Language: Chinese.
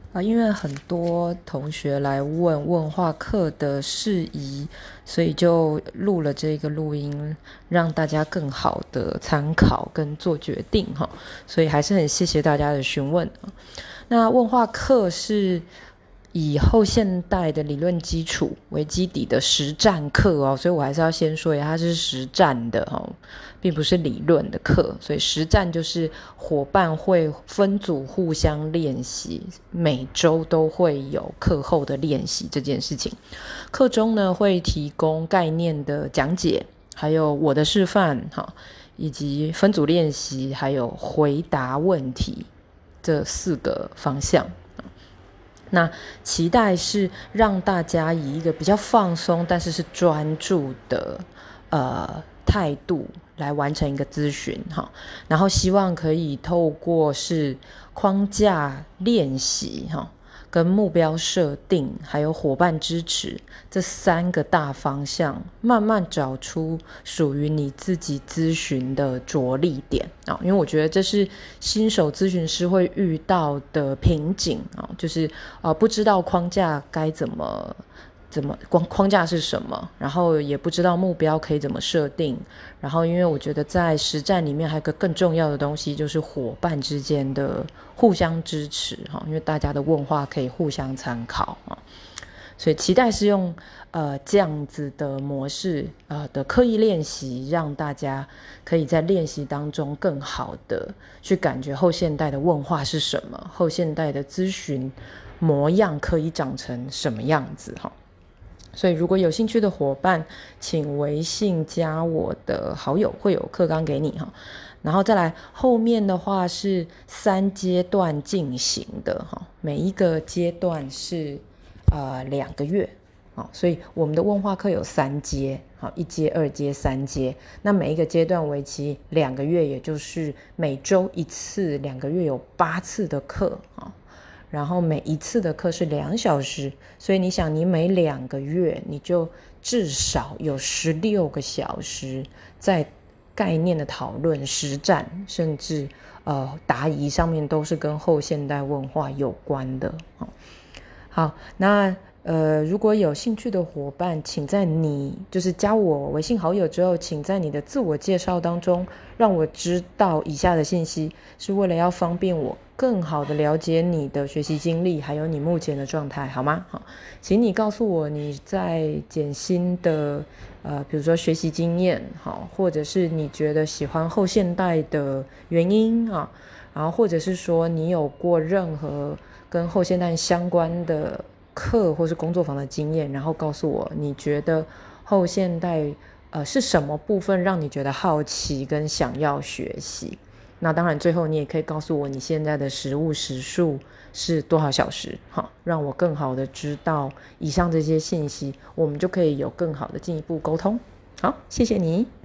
因为很多同学来问问话课的事宜，所以就录了这个录音，让大家更好的参考跟做决定哈。所以还是很谢谢大家的询问。那问话课是以后现代的理论基础为基底的实战课哦，所以我还是要先说一下，它是实战的哦，并不是理论的课。所以实战就是伙伴会分组互相练习，每周都会有课后的练习这件事情。课中呢会提供概念的讲解，还有我的示范哈，以及分组练习，还有回答问题这4个方向。那期待是让大家以一个比较放松，但是专注的态度来完成一个咨询哈，然后希望可以透过是框架练习哈，跟目标设定，还有伙伴支持这3个大方向，慢慢找出属于你自己咨询的着力点啊。因为我觉得这是新手咨询师会遇到的瓶颈啊，就是不知道框架该怎么框架是什么，然后也不知道目标可以怎么设定，然后因为我觉得在实战里面还有个更重要的东西，就是伙伴之间的互相支持，因为大家的问话可以互相参考，所以期待是用这样子的模式的刻意练习，让大家可以在练习当中更好的去感觉后现代的问话是什么，后现代的咨询模样可以长成什么样子。所以如果有兴趣的伙伴，请微信加我的好友，会有课纲给你哈。然后再来后面的话是3阶段进行的哈，每一个阶段是2个月，所以我们的问话课有3阶，1阶、2阶、3阶。那每一个阶段为期2个月，也就是每周1次，2个月有8次的课。然后每一次的课是2小时，所以你想，你每2个月你就至少有16个小时在概念的讨论、实战，甚至答疑上面都是跟后现代问话有关的。好，那如果有兴趣的伙伴，请在你就是加我微信好友之后，请在你的自我介绍当中让我知道以下的信息，是为了要方便我更好的了解你的学习经历，还有你目前的状态，好吗？好，请你告诉我你在减薪的比如说学习经验，或者是你觉得喜欢后现代的原因啊，然后或者是说你有过任何跟后现代相关的课或是工作坊的经验，然后告诉我你觉得后现代是什么部分让你觉得好奇跟想要学习。那当然最后你也可以告诉我你现在的实务时数是多少小时，让我更好的知道以上这些信息，我们就可以有更好的进一步沟通。好，谢谢你。